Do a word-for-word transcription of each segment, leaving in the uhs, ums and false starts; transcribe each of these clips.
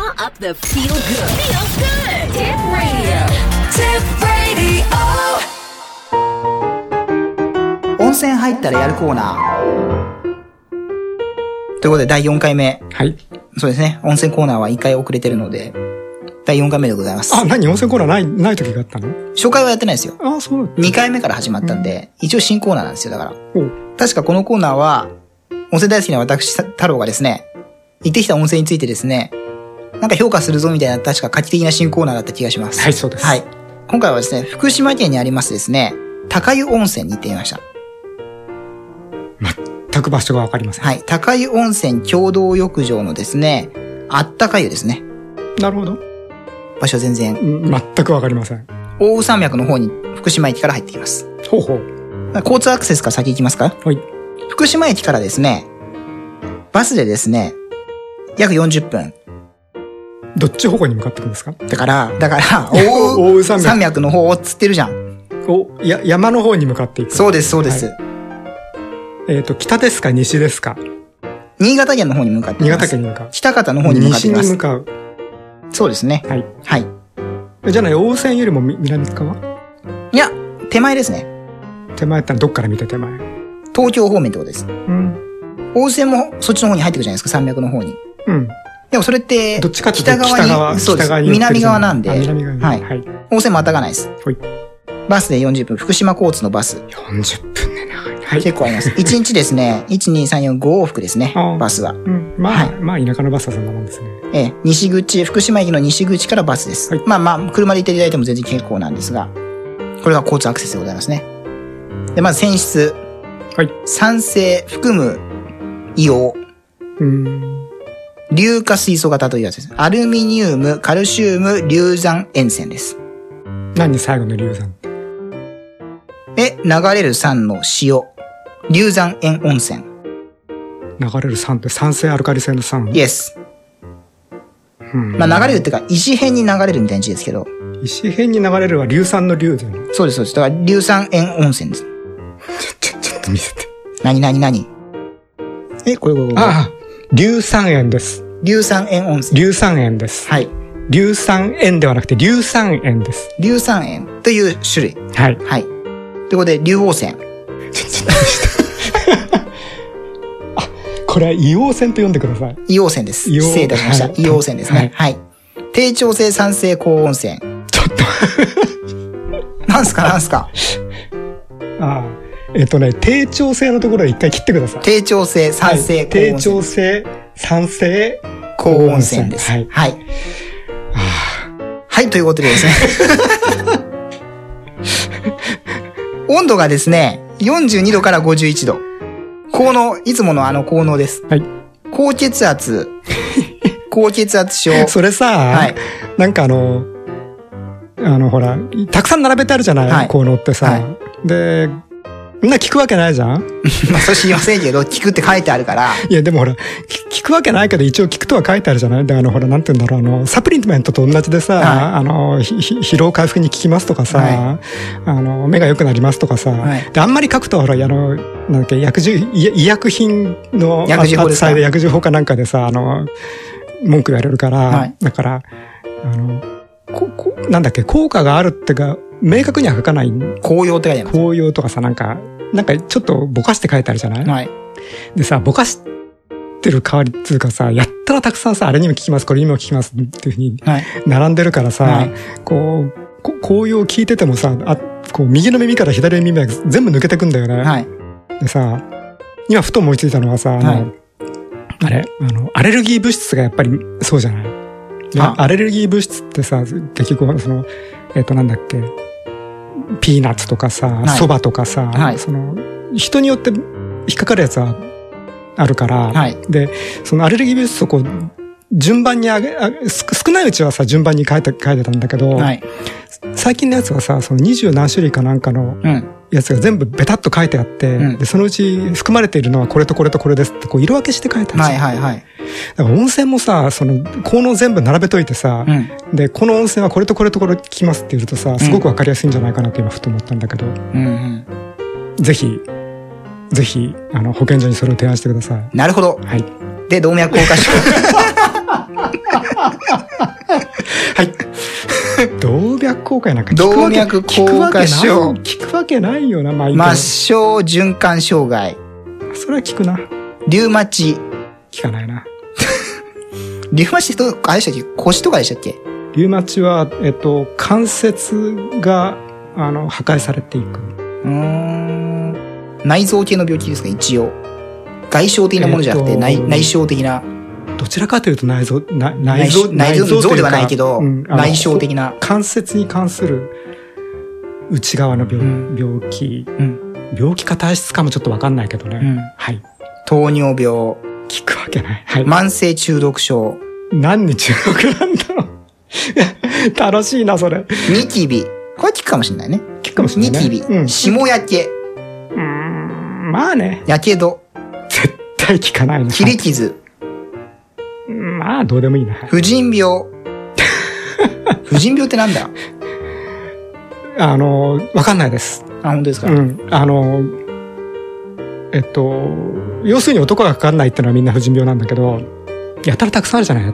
up the feel good. Feel good. Tip Radio. Tip Radio. 温泉入ったらやるコーナー。ということでだいよんかいめ。 はい。 そうですね。温泉コーナーはいっかい遅れてるので、だいよんかいめでございます。 あ、何温泉コーナーない、ない時があったの？ 初回はやってないですよ。 あ、そう。 にかいめから始まったんで、うん、一応新コーナーなんですよ、だから。 お確かこのコーナーは、温泉大好きな私、太郎がですね、行ってきた温泉についてですね、なんか評価するぞみたいな確か画期的な新コーナーだった気がします。 はい、そうです。 はい。今回はですね、福島県にありますですね、高湯温泉に行ってみました。 全く場所がわかりません。 はい。高湯温泉共同浴場のですね、あったか湯ですね。 なるほど。 場所全然。 全くわかりません。 大宇山脈の方に福島駅から入ってきます。 ほうほう。 交通アクセスから先行きますか？ はい。 福島駅からですね、バスでですね、約よんじゅっぷん。 どっち方向に向かっていくんですか？ だから、だから、大宇山脈の方をつってるじゃん。 お、や、山の方に向かっていく。 そうです、そうです。はい、 えっと、北ですか、西ですか？ 新潟県の方に向かっています。 新潟県に向かう。 北方の方に向かっています。 西に向かう。 そうですね。 はい。 はい。 じゃあね、大泉よりも南側？ いや、手前ですね。 手前ってのはどっから見て手前？ 東京方面ってことです。 うん。 大泉もそっちの方に入ってくるじゃないですか、山脈の方に。 うん。 でもそれって、 どっちかっていうと北側に、 北側、 そうです。 北側に南側なんで。 南側に。 はい。 はい。 大泉またがないです。 はい。 バスでよんじゅっぷん、福島交通のバス。 よんじゅっぷんね、長い。はい。 結構あります。いちにちですね、いち、に、さん、よん、ご往復ですね、バスは。 うん。まあ、はい、まあ、田舎のバスはそんなもんですね。 ええ、西口、福島駅の西口からバスです。はい、まあまあ、車で行っていただいても全然結構なんですが、これが交通アクセスでございますね。で、まず泉質。 はい。 酸性含む硫黄。 うーん。 硫化水素型というやつです。アルミニウム、カルシウム、硫酸塩泉です。 何最後の硫酸って？ え、流れる酸の塩。硫酸塩温泉。 流れる酸って酸性アルカリ性の酸？ イエス。まあ流れるっていうか、石片に流れるみたいな字ですけど。 石片に流れるは硫酸の硫だよね。 そうです、そうです。だから硫酸塩温泉です。 ちょ、ちょ、ちょっと見せて。 何、何、何？え、これ、これ、これ。 ああ、硫酸塩です。 硫酸塩温泉。 硫酸塩です。 はい。 硫酸塩ではなくて硫酸塩です。 硫酸塩という種類。 はい。 はい。ということで、硫黄泉。 ちょ、ちょっとあ、これは硫黄泉と読んでください。 硫黄泉です。失礼いたしました。硫黄泉ですね。はい。低調性酸性高温泉。 ちょっと。なんすか、なんすか。 ああ。えっとね、低調性のところで一回切ってください。 低調性酸性高温泉。 低調性酸性高温泉です。はい。はい。はい、ということでですね。温度がですね、よんじゅうにどからごじゅういちど。高濃、いつものあの高濃です。 はい。 高血圧、高血圧症。 それさ、はい、なんかあの、あのほら、たくさん並べてあるじゃない、はい、高濃ってさ。はい、で、みんな聞くわけないじゃんまあそう知りませんけど、聞くって書いてあるから。 いやでもほら、聞くわけないけど一応聞くとは書いてあるじゃない。で、あのほら、なんて言うんだろう、あの、サプリメントと同じでさ、はい、あの、疲労回復に効きますとかさ、はい、あの、目が良くなりますとかさ、はい、で、あんまり書くとほら、あの、なんだっけ、薬事、医薬品の扱いで薬事法かなんかでさ、あの、文句言われるから、はい、だから、あの、こ、こ、なんだっけ、効果があるってか、明確には書かない。 紅葉って書いてある。 紅葉とかさ、なんか、なんかちょっとぼかして書いてあるじゃない？はい。でさ、ぼかしてる代わりっていうかさ、やったらたくさんさ、あれにも聞きます、これにも聞きますっていうふうに、並んでるからさ、はい、こう、紅葉を聞いててもさ、あ、こう、右の耳から左の耳が全部抜けてくんだよね。はい。でさ、今ふと思いついたのはさ、あの、はい、あれ、あの、アレルギー物質がやっぱりそうじゃない？アレルギー物質ってさ、結局、その、えっと、なんだっけ、ピーナッツとかさ、蕎麦とかさ、はい、その、人によって引っかかるやつはあるから、はい、で、そのアレルギー物質をこう、順番にあげ、あ少ないうちはさ、順番に書いて、書いてたんだけど、はい、最近のやつはさ、その二十何種類かなんかのやつが全部ベタっと書いてあって、うん、で、そのうち含まれているのはこれとこれとこれですって、こう、色分けして書いてある。はいはいはい。だから温泉もさ、その、効能全部並べといてさ、うん、で、この温泉はこれとこれとこれ効きますって言うとさ、すごくわかりやすいんじゃないかなと今ふと思ったんだけど、うんうん、ぜひ、ぜひ、あの、保健所にそれを提案してください。 なるほど。 はい。 で、動脈硬化症。 はい。動脈硬化なんか聞くわけ、 動脈硬化症。 聞くわけないよな、毎回。末梢循環障害。 それは聞くな。 リウマチ。 聞かないな。 リウマチって、あれでしたっけ？腰とかでしたっけ？ リウマチは、えっと、関節が、あの、破壊されていく。 うーん。内臓系の病気ですか、一応。外傷的なものじゃなくて、えっと、内、内傷的な。 どちらかというと内臓、な内臓、 内臓、内臓ではないけど、うん、内傷的な。 関節に関する内側の病、うん、病気、うん。病気か体質かもちょっとわかんないけどね。うん、はい。 糖尿病。 聞くわけない。はい。 慢性中毒症。 何に中毒なんだろう。楽しいな、それ。 ニキビ。これ聞くかもしれないね。 聞くかもしれない、ね。 ニキビ。うん、霜焼け。 うーん、まあね。 やけど。 絶対聞かないな。 切り傷。 まあ、どうでもいいな。 婦人病。婦人病ってなんだ？ あの、わかんないです。 あ、本当ですか？ うん。あの、えっと、要するに男がかかんないってのはみんな婦人病なんだけど、やたらたくさんあるじゃない？うん。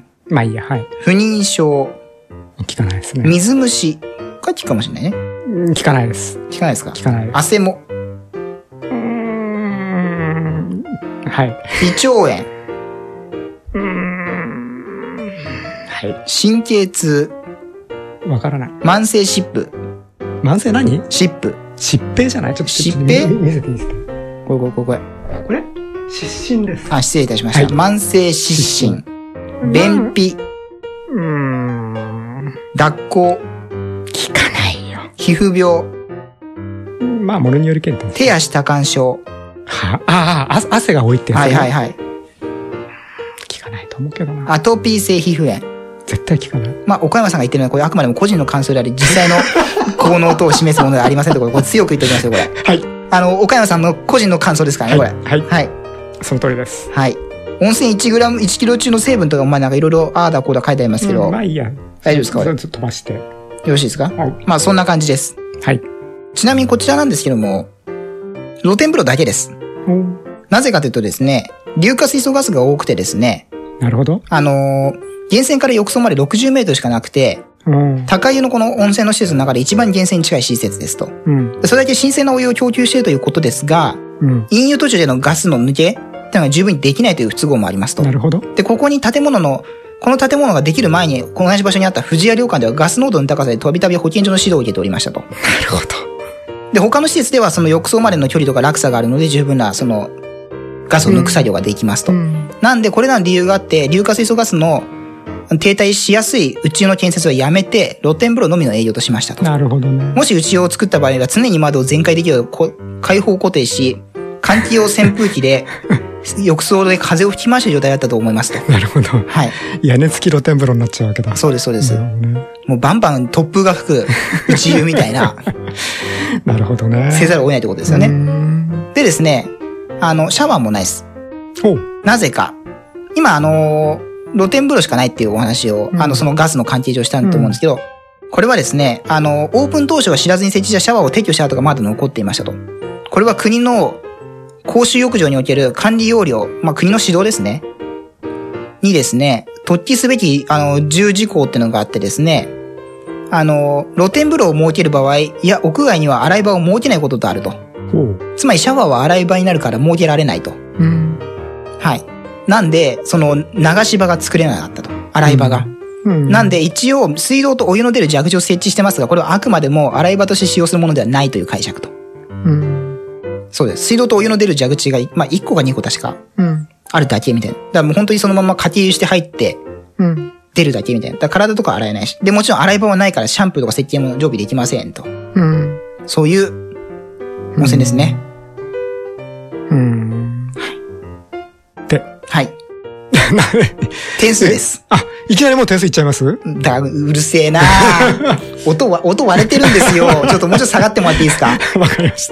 まあいいや、はい。 不妊症。 聞かないですね。 水虫。これ聞くかもしれないね。 聞かないです。 聞かないですか？ 聞かないです。 汗も。 うーん。はい。 胃腸炎。 うーん。はい。 神経痛。 わからない。 慢性湿布。 慢性何？ 湿布。 疾病じゃない？ちょっと疾病？ 見せていいですか？ これこれこれこれ。 これ？湿疹です。 あ、失礼いたしました。はい、慢性湿疹。便秘。 うーん。 脱肛。 聞かないよ。 皮膚病。 まあ、ものによるけど。 手足多汗症。 はあ、ああ、汗が多いってやつ、 ね。はいはいはい。 聞かないと思うけどな。 アトピー性皮膚炎。 絶対聞かない。 まあ、岡山さんが言ってるのは、これあくまでも個人の感想であり、実際の効能等を示すものではありませんと、これ、これ強く言っておきますよ、これ。 はい。 あの、岡山さんの個人の感想ですからね、 はい、 これ。 はい。 はい。 その通りです。 はい。温泉いちグラム、いちキロ中の成分とか、まあなんかいろいろ、ああだこうだ書いてありますけど。 うん、まあいいや。 大丈夫ですか？ それちょっと飛ばして。よろしいですか？ はい。 まあそんな感じです。 はい。 ちなみにこちらなんですけども、露天風呂だけです。なぜかというとですね、硫化水素ガスが多くてですね。 なるほど。 あのー、源泉から浴槽までろくじゅうメートルしかなくて、うん、高湯のこの温泉の施設の中で一番源泉に近い施設ですと。うん、それだけ新鮮なお湯を供給しているということですが、うん、飲湯途中でのガスの抜けっていうのが十分にできないという不都合もありますと。 なるほど。 で、ここに建物の、この建物ができる前に、この同じ場所にあった藤屋旅館ではガス濃度の高さでたびたび保健所の指導を受けておりましたと。 なるほど。 で、他の施設ではその浴槽までの距離とか落差があるので十分な、その、ガスを抜く作業ができますと。うん、なんで、これらの理由があって、硫化水素ガスの停滞しやすい内湯の建設はやめて、露天風呂のみの営業としましたと。 なるほどね。 もし内湯を作った場合は常に窓を全開できるよう開放固定し、換気用扇風機で浴槽で風を吹き回した状態だったと思いますと。 なるほど。 はい。 屋根付き露天風呂になっちゃうわけだ。 そうです、そうです。ね、もうバンバン突風が吹く内湯みたいな。 なるほどね。 せざるを得ないってことですよね。でですね、あの、シャワーもないです。 ほう。 なぜか。今、あのー、露天風呂しかないっていうお話を、うん、あの、そのガスの関係上したと思うんですけど、うん、これはですね、あの、オープン当初は知らずに設置したシャワーを撤去した跡がまだ残っていましたと。これは国の公衆浴場における管理要領、まあ、国の指導ですね。にですね、突起すべき、あの、重事項っていうのがあってですね、あの、露天風呂を設ける場合、いや、屋外には洗い場を設けないこととあると。つまりシャワーは洗い場になるから設けられないと。うん、はい。なんで、その流し場が作れなかったと。洗い場が。うんうん、なんで一応水道とお湯の出る蛇口を設置してますが、これはあくまでも洗い場として使用するものではないという解釈と。うん、そうです。水道とお湯の出る蛇口が、まあいっこかにこ確か、あるだけみたいな。だからもう本当にそのままかけ湯して入って、出るだけみたいな。だから体とか洗えないし。で、もちろん洗い場はないからシャンプーとか石鹸も常備できませんと。うん、そういう温泉ですね。 うん。はい。で。 はい。点数です。 あ、いきなりもう点数いっちゃいます？ だ、うるせえな音は、音割れてるんですよ。ちょっともうちょっと下がってもらっていいですか？ わかりました。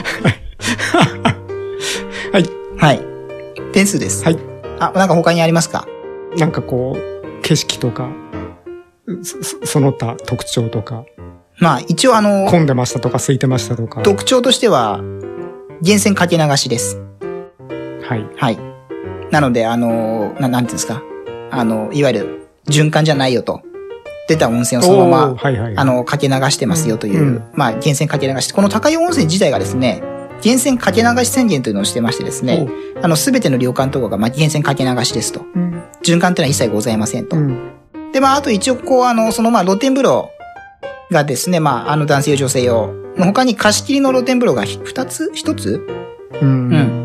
はい。 はい。点数です。 はい。 あ、なんか他にありますか？ なんかこう、景色とか、そ、その他特徴とか。 まあ一応あの、 混んでましたとか空いてましたとか。 特徴としては、源泉かけ流しです。 はい。 はい。なので、あの、な、なんていうんですか。 あの、いわゆる循環じゃないよと。出た温泉をそのまま、はいはい、あの、かけ流してますよという、うん、まあ、源泉かけ流して、この高湯温泉自体がですね、源泉かけ流し宣言というのをしてましてですね、あの、すべての旅館とかが、まあ、源泉かけ流しですと。うん、循環っていうのは一切ございませんと。うん、で、まあ、あと一応、こう、あの、その、まあ、露天風呂がですね、まあ、あの、男性用女性用の他に貸し切りの露天風呂が二つ一つうん、うん。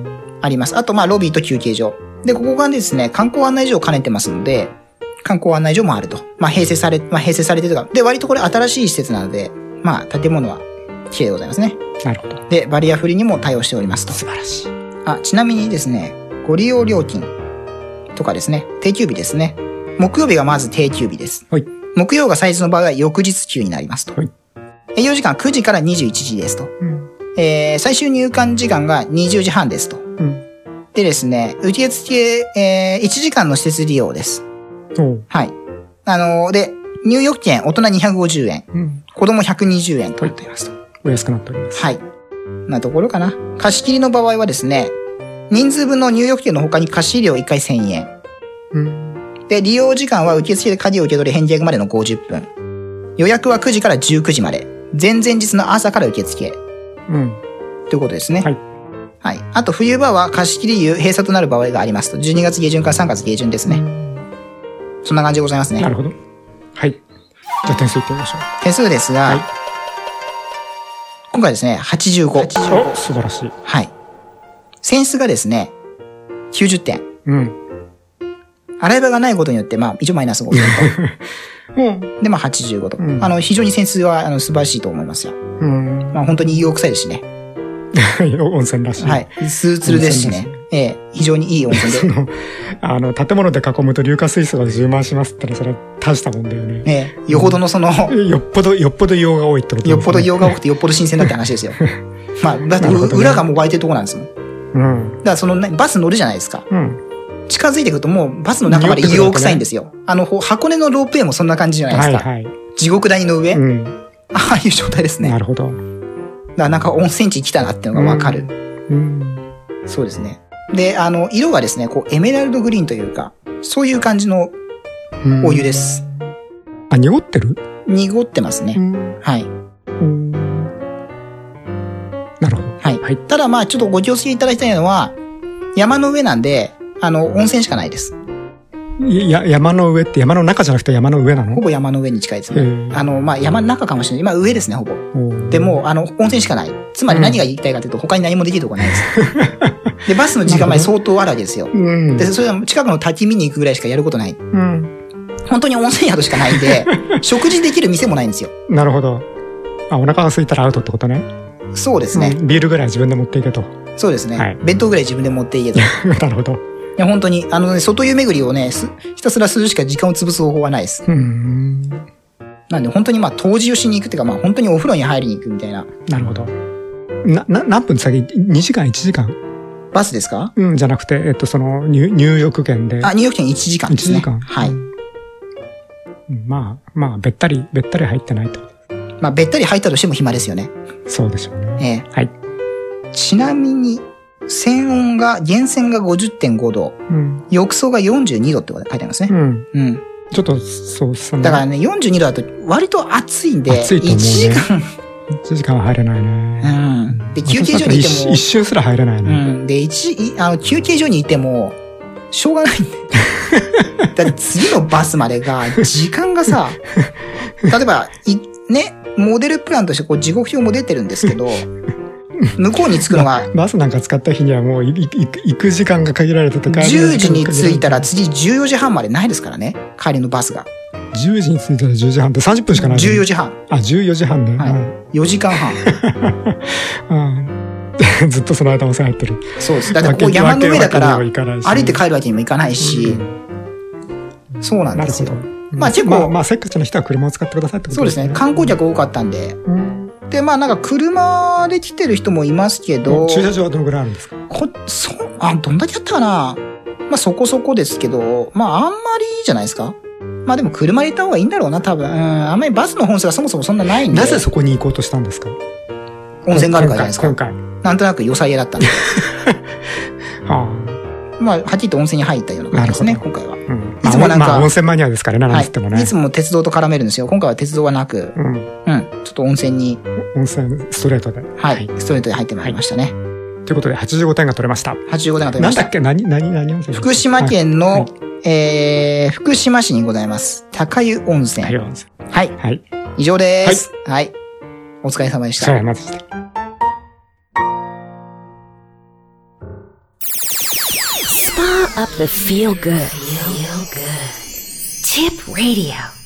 あります。あと、まあ、ロビーと休憩所。で、ここがですね、観光案内所を兼ねてますので、観光案内所もあると。まあ、併設され、まあ、併設されてるとか。で、割とこれ新しい施設なので、まあ、建物は綺麗でございますね。 なるほど。 で、バリアフリーにも対応しておりますと。 素晴らしい。 あ、ちなみにですね、ご利用料金とかですね、定休日ですね。木曜日がまず定休日です。はい。木曜が祭日の場合は翌日休になりますと。はい。営業時間くじからにじゅういちじですと。うん。えー、最終入館時間がにじゅうじはんですと。うん。でですね、受付、えー、いちじかんの施設利用です。はい。あのー、で、入浴券、大人にひゃくごじゅうえん。うん、子供ひゃくにじゅうえんとなっていますと。 お安くなっております。 はい。なところかな。貸し切りの場合はですね、人数分の入浴券の他に貸し入れをいっかいせんえん。うん、で、利用時間は受付で鍵を受け取り返却までのごじゅっぷん。予約はくじからじゅうくじまで。前々日の朝から受付。うん。ということですね。はい。はい。あと、冬場は貸し切り湯閉鎖となる場合がありますと。じゅうにがつ下旬からさんがつ下旬ですね。そんな感じでございますね。 なるほど。はい。じゃあ点数いってみましょう。 点数ですが、はい、今回ですね、はちじゅうご。 はちじゅうご。素晴らしい。 はい。泉質がですね、きゅうじゅってん。うん。洗い場がないことによって、まあ、一応マイナスごてんと。うん。で、まあ、はちじゅうごと。うん、あの、非常に泉質は、あの、素晴らしいと思いますよ。うん。まあ、本当に硫黄臭いですしね。 温泉らしい。 はい。スーツルですしね。ええ、非常にいい温泉で。 その、あの、建物で囲むと硫化水素が充満しますって言ったら、それは大したもんだよね。 ええ、よほどのその、 うん、よっぽど、よっぽど硫黄が多いってことですね。 よっぽど硫黄が多くてよっぽど新鮮だって話ですよ。まあ、だって、ね、裏がもう湧いてるとこなんですもん。うん。だからその、バス乗るじゃないですか。うん。近づいてくるともうバスの中まで硫黄臭いんですよ。ね、あの、箱根のロープウェイもそんな感じじゃないですか。はいはい。地獄谷の上。うん。ああいう状態ですね。 なるほど。 だからなんか温泉地来たなっていうのがわかる。うん。うん、そうですね。で、あの、色がですね、こう、エメラルドグリーンというか、そういう感じのお湯です。 あ、濁ってる？ 濁ってますね。はい。 なるほど。 はい。はい、ただまあ、ちょっとご気をつけいただきたいのは、山の上なんで、あの、温泉しかないです。 いや、山の上って山の中じゃなくて山の上なの？ ほぼ山の上に近いですね。あの、まあ、山の中かもしれない。まあ、上ですね、ほぼ。でも、あの、温泉しかない。つまり何が言いたいかというと、他に何もできるとこないです。で、バスの時間まで相当あるわけですよ。うん、で、それは近くの滝見に行くぐらいしかやることない。うん、本当に温泉宿しかないんで、食事できる店もないんですよ。 なるほど。あ、お腹が空いたらアウトってことね。 そうですね、 うん。ビールぐらい自分で持っていけと。 そうですね。はい、弁当ぐらい自分で持っていけと。 なるほど。いや、本当に、あのね、外湯巡りをね、ひたすらするしか時間を潰す方法はないです。うん。なんで、本当にまあ、湯治をしに行くっていうか、まあ、本当にお風呂に入りに行くみたいな。 なるほど。な、な、何分先 ?に 時間 いち 時間バスですか？ うん、じゃなくて、えっと、その、入、入浴券で。 あ、入浴券いちじかんですね。いちじかん。はい。うん、 まあ、まあ、べったり、べったり入ってないってこと。 まあ、べったり入ったとしても暇ですよね。 そうでしょうね。 ええ。はい。ちなみに、泉温が、源泉が ごじゅってんごど、うん、浴槽がよんじゅうにどって書いてありますね。うん。うん。 ちょっと、そうですね。 だからね、よんじゅうにどだと割と暑いんで、 暑いと思うね、いちじかん。いちじかんは入れないね。うん。で、休憩所にいても。一周すら入れないね。うん。で、一、あの、休憩所にいても、しょうがないんで。だって次のバスまでが、時間がさ、例えば、い、ね、モデルプランとしてこう時刻表も出てるんですけど、向こうに着くのが、 バスなんか使った日にはもう行く時間が限られてて、 じゅうじに着いたら次じゅうよじはんまでないですからね、帰りのバスが。 じゅうじに着いたらじゅうじはんってさんじゅっぷんしかない、ね。 じゅうよじはん。 あ、じゅうよじはんね。はい。 よじかんはん。 うん、ずっとその間お世話やってる。 そうです。だってここ山の上だから、歩いて帰るわけにもいかないし、うん、そうなんですよ。まあ結構、 まあ、まあせっかちな人は車を使ってくださいってことですね。 そうですね。観光客多かったんで。うん、で、まあなんか車で来てる人もいますけど。 駐車場はどのぐらいあるんですか？ こ、そう、あ、どんだけあったかな？まあそこそこですけど、まああんまりいいじゃないですか？まあでも車で行った方がいいんだろうな、多分。うん、あんまりバスの本数がそもそもそんなないんで。 なぜそこに行こうとしたんですか？ 温泉があるからじゃないですか。 今回。 なんとなく良さげだったんで。 はあ。 まあ、はっきりと温泉に入ったような感じですね、今回は。うん、 いつもなんか、まあ、温泉マニアですからね、なんつってもね、 はい。いつも鉄道と絡めるんですよ。今回は鉄道はなく、うん。うん。ちょっと温泉に。 温泉ストレートで。 はい。はい、ストレートで入ってまいりましたね。はい、 ということで、はちじゅうごてんが取れました。 はちじゅうごてんが取れました。 なんだっけ何、何、何温泉福島県の、はい、えー、福島市にございます。高湯温泉。 高湯温泉。 はい。はい。以上です。はい。はい、お疲れ様でした。 お疲れ様でした。 Spa up the feel good. Feel good. Tip Radio.